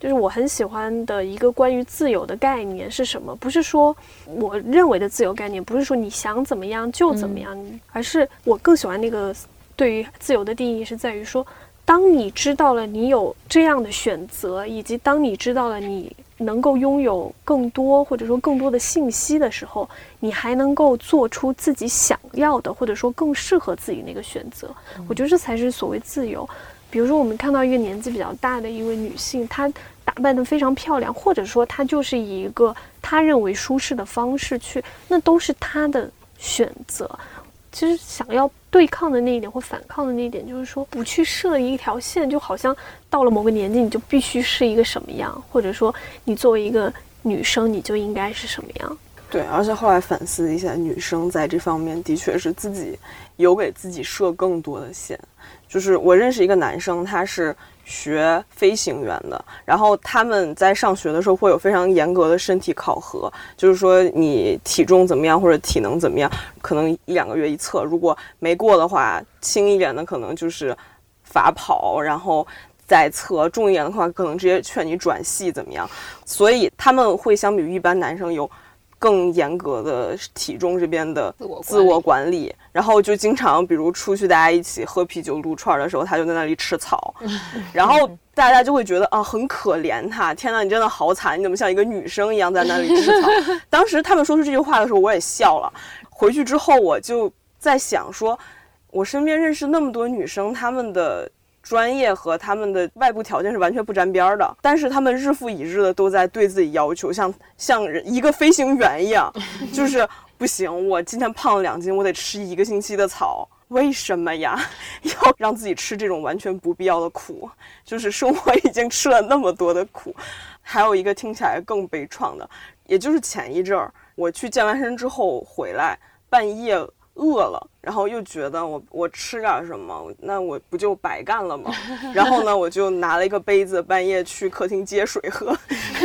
就是我很喜欢的一个关于自由的概念是什么？不是说我认为的自由概念，不是说你想怎么样就怎么样，嗯、而是我更喜欢那个对于自由的定义是在于说，当你知道了你有这样的选择，以及当你知道了你能够拥有更多或者说更多的信息的时候，你还能够做出自己想要的或者说更适合自己那个选择。嗯、我觉得这才是所谓自由。比如说我们看到一个年纪比较大的一位女性，她打扮得非常漂亮，或者说她就是以一个她认为舒适的方式去，那都是她的选择。其实想要对抗的那一点或反抗的那一点，就是说不去设一条线，就好像到了某个年纪你就必须是一个什么样，或者说你作为一个女生你就应该是什么样。 对，而且后来反思一下，女生在这方面的确是自己有给自己设更多的线。就是我认识一个男生，他是学飞行员的，然后他们在上学的时候会有非常严格的身体考核，就是说你体重怎么样或者体能怎么样，可能一两个月一测，如果没过的话，轻一点的可能就是罚跑，然后再测，重一点的话可能直接劝你转系怎么样。所以他们会相比于一般男生有更严格的体重这边的自我管理，然后就经常比如出去大家一起喝啤酒撸串的时候，他就在那里吃草，然后大家就会觉得啊很可怜他，天哪，你真的好惨，你怎么像一个女生一样在那里吃草。当时他们说出这句话的时候我也笑了，回去之后我就在想说，我身边认识那么多女生，她们的专业和他们的外部条件是完全不沾边的，但是他们日复一日的都在对自己要求，像像一个飞行员一样，就是不行，我今天胖了两斤，我得吃一个星期的草。为什么呀？要让自己吃这种完全不必要的苦？就是生活已经吃了那么多的苦。还有一个听起来更悲怆的，也就是前一阵儿我去健完身之后回来，半夜饿了，然后又觉得我我吃点什么，那我不就白干了吗？然后呢，我就拿了一个杯子，半夜去客厅接水喝。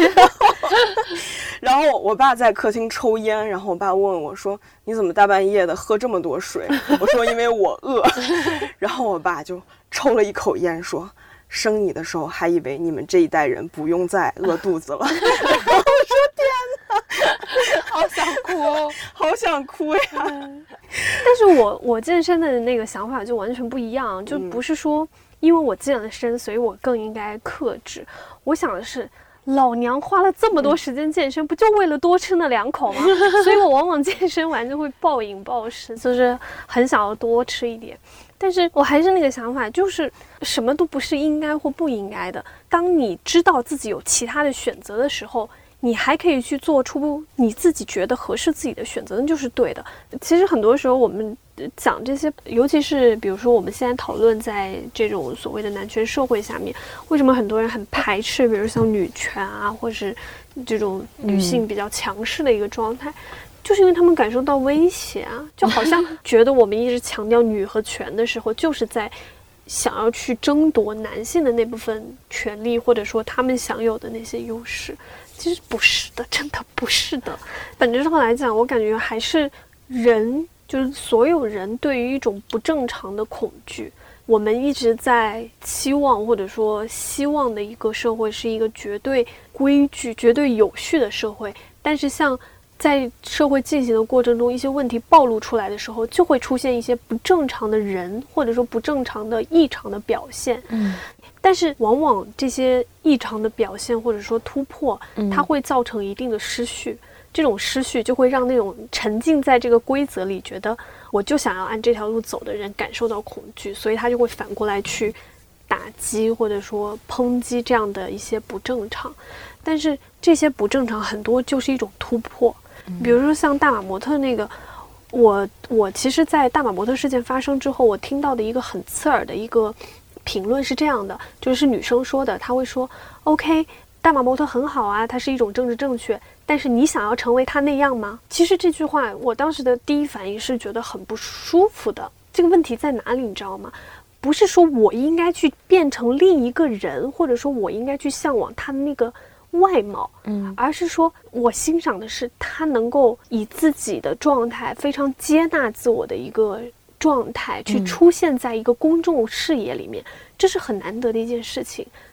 然后我爸在客厅抽烟，然后我爸问我说：“你怎么大半夜的喝这么多水？”我说：“因为我饿。”然后我爸就抽了一口烟说：“生你的时候还以为你们这一代人不用再饿肚子了。”然后我说：“天哪， 好想哭哦， 好想哭呀！” 但是我我健身的那个想法就完全不一样，就不是说因为我健了身，所以我更应该克制。我想的是，老娘花了这么多时间健身，不就为了多吃那两口吗？所以我往往健身完就会暴饮暴食，就是很想要多吃一点。但是我还是那个想法，就是什么都不是应该或不应该的。当你知道自己有其他的选择的时候，你还可以去做出你自己觉得合适自己的选择，那就是对的。其实很多时候我们讲这些，尤其是比如说我们现在讨论在这种所谓的男权社会下面，为什么很多人很排斥比如像女权啊，或是这种女性比较强势的一个状态，嗯，就是因为他们感受到威胁啊，就好像觉得我们一直强调女和权的时候，就是在想要去争夺男性的那部分权利，或者说他们享有的那些优势。其实不是的，真的不是的。本质上来讲，我感觉还是人，就是所有人对于一种不正常的恐惧。我们一直在期望或者说希望的一个社会是一个绝对规矩、绝对有序的社会，但是像在社会进行的过程中，一些问题暴露出来的时候，就会出现一些不正常的人，或者说不正常的异常的表现。嗯，但是往往这些异常的表现或者说突破，它会造成一定的失序。这种失序就会让那种沉浸在这个规则里，觉得我就想要按这条路走的人感受到恐惧，所以他就会反过来去打击或者说抨击这样的一些不正常。但是这些不正常很多就是一种突破。比如说像大马模特那个，我我其实在大马模特事件发生之后，我听到的一个很刺耳的一个评论是这样的，就是女生说的，她会说 OK， 大马模特很好啊，它是一种政治正确，但是你想要成为他那样吗？其实这句话我当时的第一反应是觉得很不舒服的。这个问题在哪里你知道吗？不是说我应该去变成另一个人，或者说我应该去向往他的那个外貌，嗯，而是说我欣赏的是他能够以自己的状态非常接纳自我的一个状态去出现在一个公众视野里面，这是很难得的一件事情。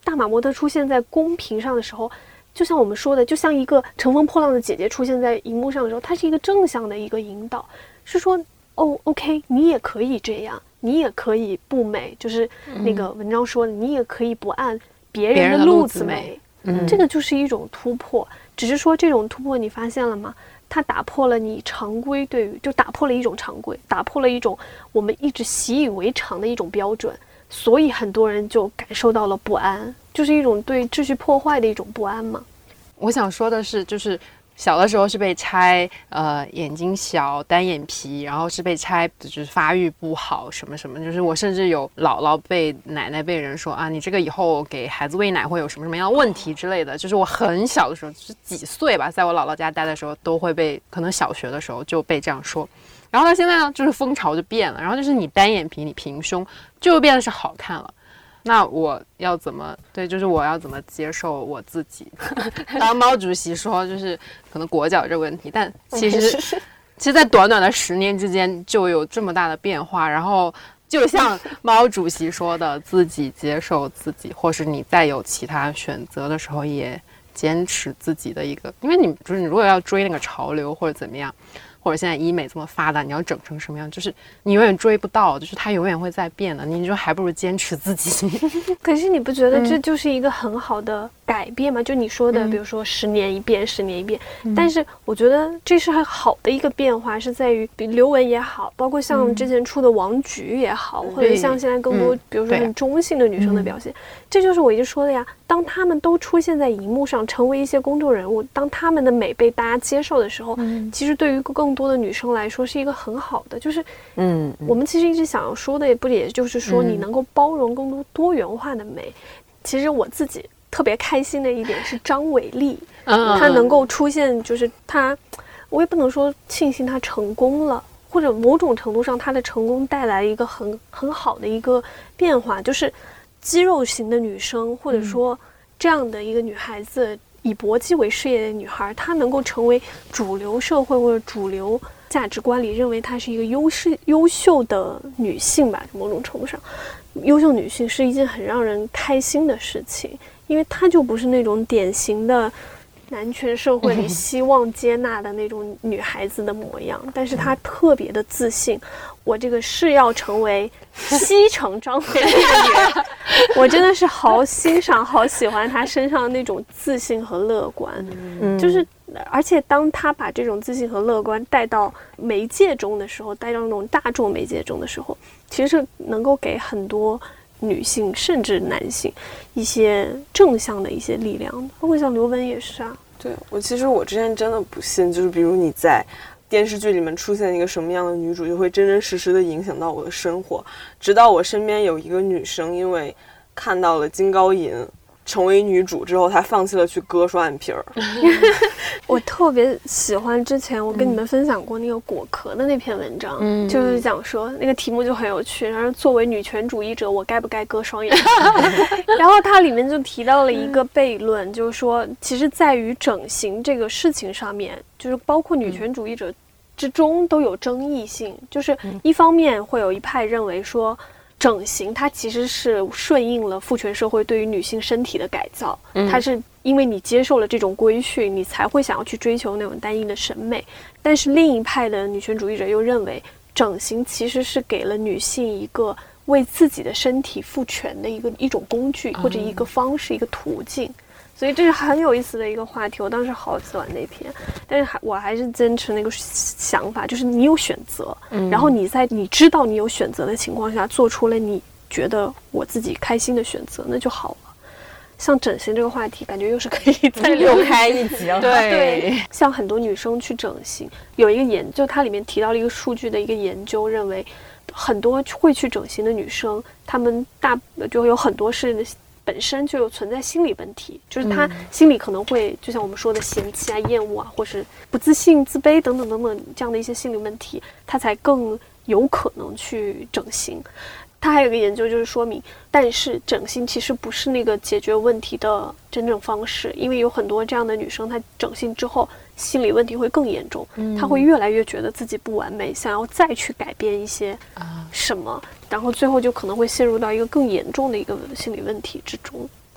大马模特出现在公屏上的时候，就像我们说的，就像一个乘风破浪的姐姐出现在荧幕上的时候，它是一个正向的一个引导，是说哦 OK 你也可以这样，你也可以不美，就是那个文章说的、嗯、你也可以不按别人的路子美，嗯，这个就是一种突破。只是说这种突破你发现了吗？它打破了你常规对于，就打破了一种常规，打破了一种我们一直习以为常的一种标准，所以很多人就感受到了不安，就是一种对秩序破坏的一种不安嘛。 我想说的是，就是小的时候是被拆呃眼睛小单眼皮，然后是被拆就是发育不好什么什么，就是我甚至有姥姥辈奶奶辈人说啊，你这个以后给孩子喂奶会有什么什么样的问题之类的。就是我很小的时候，就是几岁吧，在我姥姥家待的时候都会被，可能小学的时候就被这样说。然后呢现在呢就是风潮就变了，然后就是你单眼皮你平胸就变得是好看了。那我要怎么对，就是我要怎么接受我自己？当毛主席说，就是可能裹脚这个问题，但其实，其实，在短短的十年之间就有这么大的变化。然后，就像毛主席说的，自己接受自己，或是你再有其他选择的时候，也坚持自己的一个，因为你就是你如果要追那个潮流或者怎么样。或者现在医美这么发达，你要整成什么样，就是你永远追不到，就是它永远会在变的，你就还不如坚持自己。 可是你不觉得这就是一个很好的改变吗？嗯、就你说的，比如说十年一变，十年一变。嗯、但是我觉得这是很好的一个变化，是在于比刘雯也好，包括像之前出的王菊也好，嗯、或者像现在更多，比如说很中性的女生的表现，嗯、这就是我一直说的呀。当她们都出现在荧幕上，成为一些公众人物，当她们的美被大家接受的时候，嗯、其实对于更多的女生来说是一个很好的，就是，嗯，我们其实一直想要说的，也不也就是说，你能够包容更多多元化的美。嗯、其实我自己特别开心的一点是张伟丽，嗯、她能够出现，就是她，我也不能说庆幸她成功了，或者某种程度上她的成功带来一个很很好的一个变化，就是肌肉型的女生，或者说这样的一个女孩子。以搏击为事业的女孩，她能够成为主流社会或者主流价值观里认为她是一个优势优秀的女性吧，某种程度上，优秀女性是一件很让人开心的事情，因为她就不是那种典型的男权社会里希望接纳的那种女孩子的模样，但是她特别的自信。我这个是要成为西城张伟丽的女人，我真的是好欣赏、好喜欢她身上的那种自信和乐观。嗯，就是，而且当她把这种自信和乐观带到媒介中的时候，带到那种大众媒介中的时候，其实是能够给很多女性甚至男性一些正向的一些力量的。包括像刘雯也是啊。 对，我其实我之前真的不信，就是比如你在电视剧里面出现一个什么样的女主，就会真真实实的影响到我的生活。直到我身边有一个女生，因为看到了金高银成为女主之后，她放弃了去割双眼皮儿。 我特别喜欢之前我跟你们分享过那个果壳的那篇文章，嗯、就是讲说那个题目就很有趣，然后作为女权主义者，我该不该割双眼皮？然后它里面就提到了一个悖论，就是说其实在于整形这个事情上面，就是包括女权主义者之中都有争议性，就是一方面会有一派认为说整形它其实是顺应了父权社会对于女性身体的改造，它是因为你接受了这种规训，你才会想要去追求那种单一的审美。但是另一派的女权主义者又认为整形其实是给了女性一个为自己的身体赋权的一个一种工具，或者一个方式，一个途径。所以这是很有意思的一个话题，我当时好喜欢那篇，但是还我还是坚持那个想法，就是你有选择，嗯、然后你在你知道你有选择的情况下，做出了你觉得我自己开心的选择，那就好了。像整形这个话题，感觉又是可以再又开一集了。 对对，像很多女生去整形，有一个研究，它里面提到了一个数据的一个研究，认为很多会去整形的女生，她们大就有很多是本身就有存在心理问题，就是她心里可能会、嗯、就像我们说的嫌弃啊、厌恶啊，或是不自信、自卑等等等等这样的一些心理问题，她才更有可能去整形。它还有一个研究就是说明，但是整形其实不是那个解决问题的真正方式，因为有很多这样的女生，她整形之后心理问题会更严重，嗯、她会越来越觉得自己不完美，想要再去改变一些什么，然后最后就可能会陷入到一个更严重的一个心理问题之中。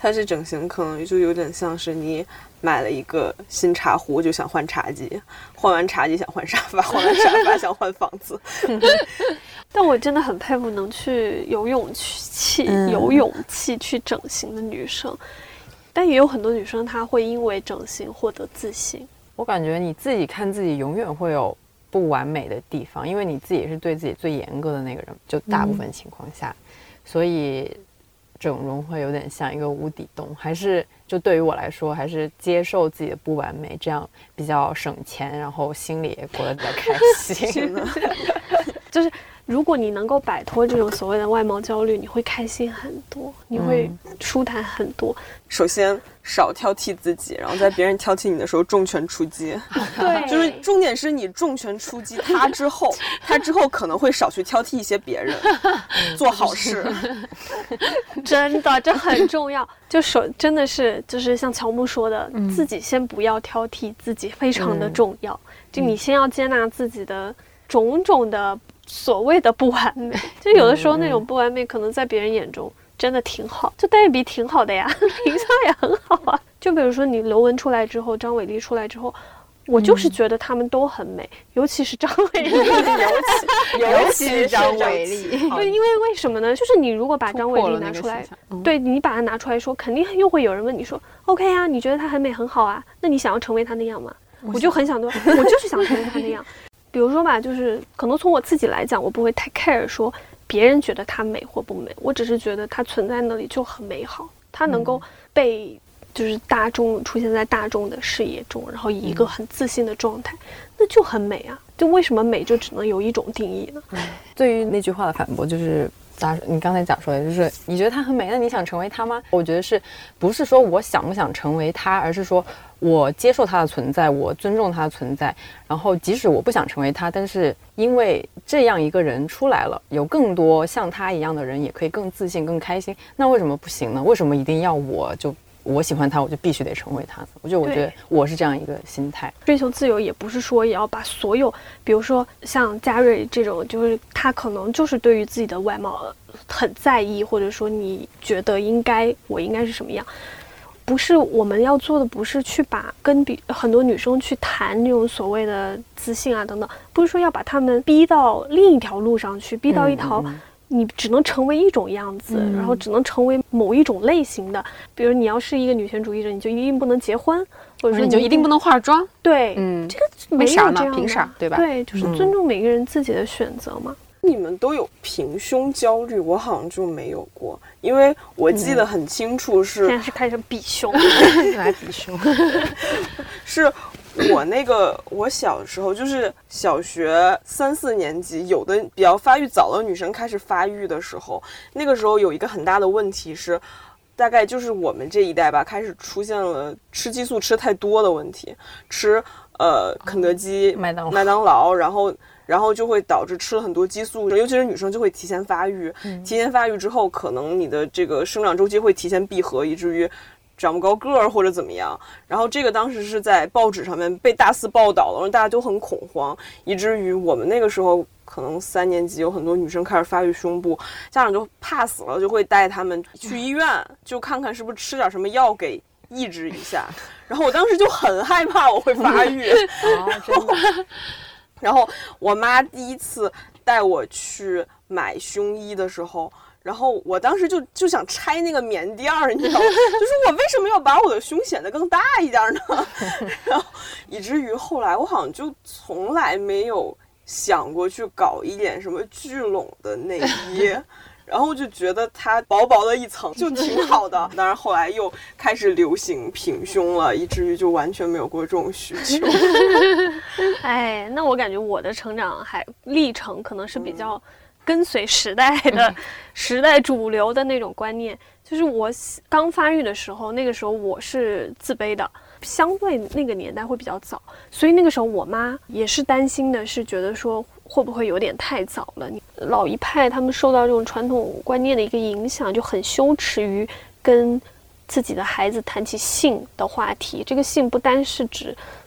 它是整形，可能就有点像是你买了一个新茶壶就想换茶几，换完茶几想换沙发，换完沙发想换房子。 但我真的很佩服能去有勇气、嗯、有勇气去整形的女生，但也有很多女生她会因为整形获得自信。 我感觉你自己看自己永远会有不完美的地方，因为你自己也是对自己最严格的那个人，就大部分情况下、嗯、所以整容会有点像一个无底洞，还是就对于我来说还是接受自己的不完美，这样比较省钱，然后心里也过得比较开心。 就是如果你能够摆脱这种所谓的外貌焦虑，你会开心很多，你会舒坦很多、嗯、 首先少挑剔自己，然后在别人挑剔你的时候重拳出击。 对， 就是重点是你重拳出击他之后他之后可能会少去挑剔一些别人，做好事。 真的这很重要。就手真的是就是像乔木说的、嗯、自己先不要挑剔自己非常的重要、嗯、就你先要接纳自己的种种的所谓的不完美，就有的时候那种不完美可能在别人眼中真的挺好，就单眼皮挺好的呀，形象也很好啊。就比如说你刘雯出来之后，张伟丽出来之后，我就是觉得他们都很美，嗯、尤其是张伟丽，尤其尤其是张伟丽。 对，因为为什么呢？就是你如果把张伟丽拿出来，嗯、对你把她拿出来说，肯定又会有人问你说 ，OK 啊，你觉得她很美很好啊，那你想要成为她那样吗？我, 我就很想说，我就是想成为她那样。比如说吧，就是可能从我自己来讲，我不会太 care 说别人觉得它美或不美，我只是觉得它存在那里就很美好，它能够被就是大众出现在大众的视野中，然后以一个很自信的状态，那就很美啊。就为什么美就只能有一种定义呢？ 嗯、对于那句话的反驳就是。你刚才讲说的就是你觉得她很美，那你想成为她吗？我觉得是不是说我想不想成为她，而是说我接受她的存在，我尊重她的存在，然后即使我不想成为她，但是因为这样一个人出来了，有更多像她一样的人也可以更自信更开心，那为什么不行呢？为什么一定要我就我喜欢他我就必须得成为他？我觉得我觉得我是这样一个心态。 追求自由也不是说也要把所有，比如说像嘉瑞这种，就是他可能就是对于自己的外貌很在意，或者说你觉得应该我应该是什么样，不是我们要做的，不是去把跟比很多女生去谈那种所谓的自信啊等等，不是说要把她们逼到另一条路上去，逼到一条、嗯嗯你只能成为一种样子、嗯、然后只能成为某一种类型的，比如你要是一个女权主义者，你就一定不能结婚，或者说你就一定不能化妆。 对， 嗯， 这个没有这样的， 凭啥？对吧？ 对，就是尊重每个人自己的选择嘛。 嗯、你们都有平胸焦虑，我好像就没有过，因为我记得很清楚是、 嗯、现在是开始比胸， 来比胸， 是。我那个我小时候就是小学三四年级，有的比较发育早的女生开始发育的时候，那个时候有一个很大的问题是，大概就是我们这一代吧，开始出现了吃激素吃太多的问题，吃呃肯德基、 麦当劳、 麦当劳，然后然后就会导致吃了很多激素，尤其是女生就会提前发育，嗯、提前发育之后，可能你的这个生长周期会提前闭合，以至于长不高个儿或者怎么样，然后这个当时是在报纸上面被大肆报道了，然后大家都很恐慌，以至于我们那个时候可能三年级有很多女生开始发育胸部，家长就怕死了，就会带他们去医院，就看看是不是吃点什么药给抑制一下。然后我当时就很害怕我会发育， 哦、真的。 然后我妈第一次带我去买胸衣的时候。然后我当时就就想拆那个棉垫儿，你知道吗？就是我为什么要把我的胸显得更大一点呢？然后以至于后来我好像就从来没有想过去搞一点什么聚拢的内衣，然后就觉得它薄薄的一层就挺好的。当然后来又开始流行平胸了，以至于就完全没有过这种需求。 哎，那我感觉我的成长还历程可能是比较。嗯跟随时代的时代主流的那种观念，就是我刚发育的时候，那个时候我是自卑的，相对那个年代会比较早，所以那个时候我妈也是担心的，是觉得说会不会有点太早了。老一派他们受到这种传统观念的一个影响，就很羞耻于跟自己的孩子谈起性的话题。这个性不单是指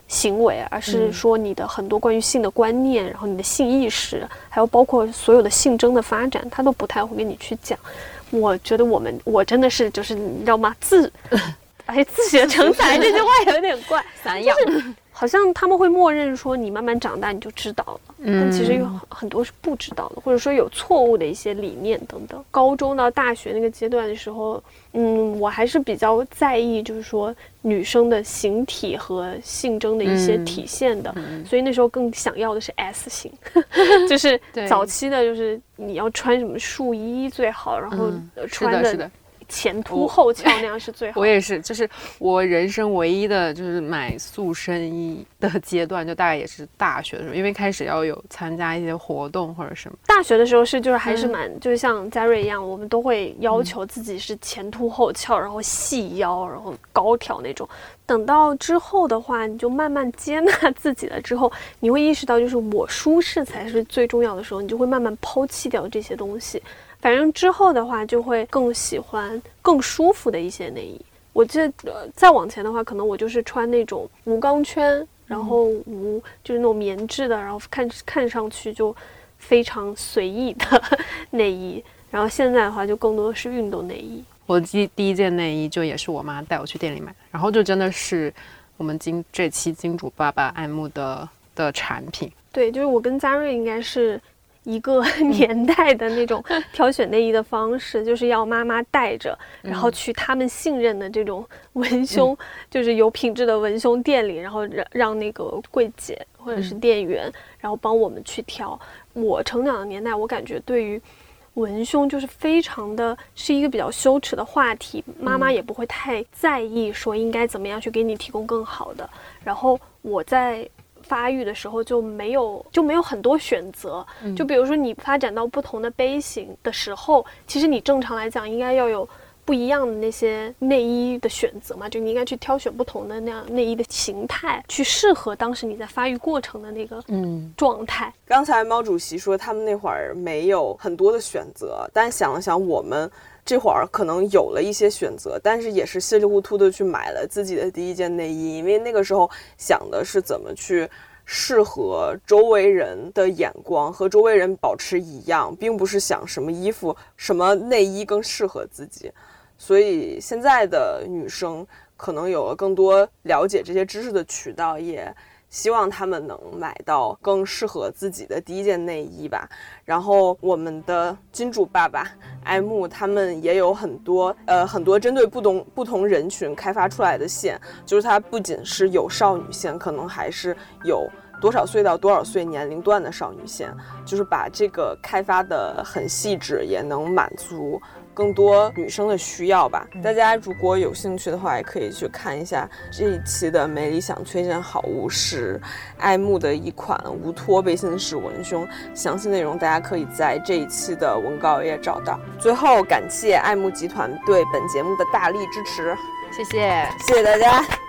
行为，而是说你的很多关于性的观念，然后你的性意识，还有包括所有的性征的发展，他都不太会跟你去讲。我觉得我们我真的是就是你知道吗？自哎自学成才这句话有点怪， 散养。 好像他们会默认说你慢慢长大你就知道了， 嗯、 但其实有很多是不知道的，或者说有错误的一些理念等等。高中到大学那个阶段的时候，嗯，我还是比较在意，就是说女生的形体和性征的一些体现的，嗯、所以那时候更想要的是 S 型，就是早期的，就是你要穿什么束衣最好，然后穿的前凸后翘那样是最好。 我也是，就是我人生唯一的就是买塑身衣的阶段，就大概也是大学的时候，因为开始要有参加一些活动或者什么。 大学的时候是就是还是蛮、嗯、就是像嘉瑞一样，我们都会要求自己是前凸后翘，然后细腰，然后高挑那种。等到之后的话，你就慢慢接纳自己了之后，你会意识到就是我舒适才是最重要的时候，你就会慢慢抛弃掉这些东西。反正之后的话就会更喜欢更舒服的一些内衣。我记得、呃、再往前的话，可能我就是穿那种无钢圈，然后无就是那种棉质的，然后看看上去就非常随意的内衣。然后现在的话就更多的是运动内衣。 我第第一件内衣就也是我妈带我去店里买的，然后就真的是我们金这期金主爸爸爱慕的的产品。 对，就是我跟嘉瑞应该是一个年代的那种挑选内衣的方式，就是要妈妈带着，然后去他们信任的这种文胸、嗯、就是有品质的文胸店里，然后让让那个柜姐或者是店员、嗯、然后帮我们去挑。我成长的年代，我感觉对于文胸就是非常的是一个比较羞耻的话题，妈妈也不会太在意说应该怎么样去给你提供更好的。然后我在发育的时候就没有就没有很多选择、嗯、就比如说你发展到不同的杯型的时候，其实你正常来讲应该要有不一样的那些内衣的选择嘛，就你应该去挑选不同的那样内衣的形态，去适合当时你在发育过程的那个嗯状态。 刚才毛主席说他们那会儿没有很多的选择，但想了想我们这会儿可能有了一些选择，但是也是稀里糊涂的去买了自己的第一件内衣，因为那个时候想的是怎么去适合周围人的眼光，和周围人保持一样，并不是想什么衣服什么内衣更适合自己。所以现在的女生可能有了更多了解这些知识的渠道，也希望他们能买到更适合自己的第一件内衣吧。然后我们的金主爸爸爱慕他们也有很多呃很多针对不同不同人群开发出来的线，就是它不仅是有少女线，可能还是有多少岁到多少岁年龄段的少女线，就是把这个开发的很细致，也能满足更多女生的需要吧。大家如果有兴趣的话，也可以去看一下这一期的没理想推荐好物，是爱慕的一款无托背心式文胸，详细内容大家可以在这一期的文稿页找到。最后感谢爱慕集团对本节目的大力支持， 谢谢， 谢谢大家。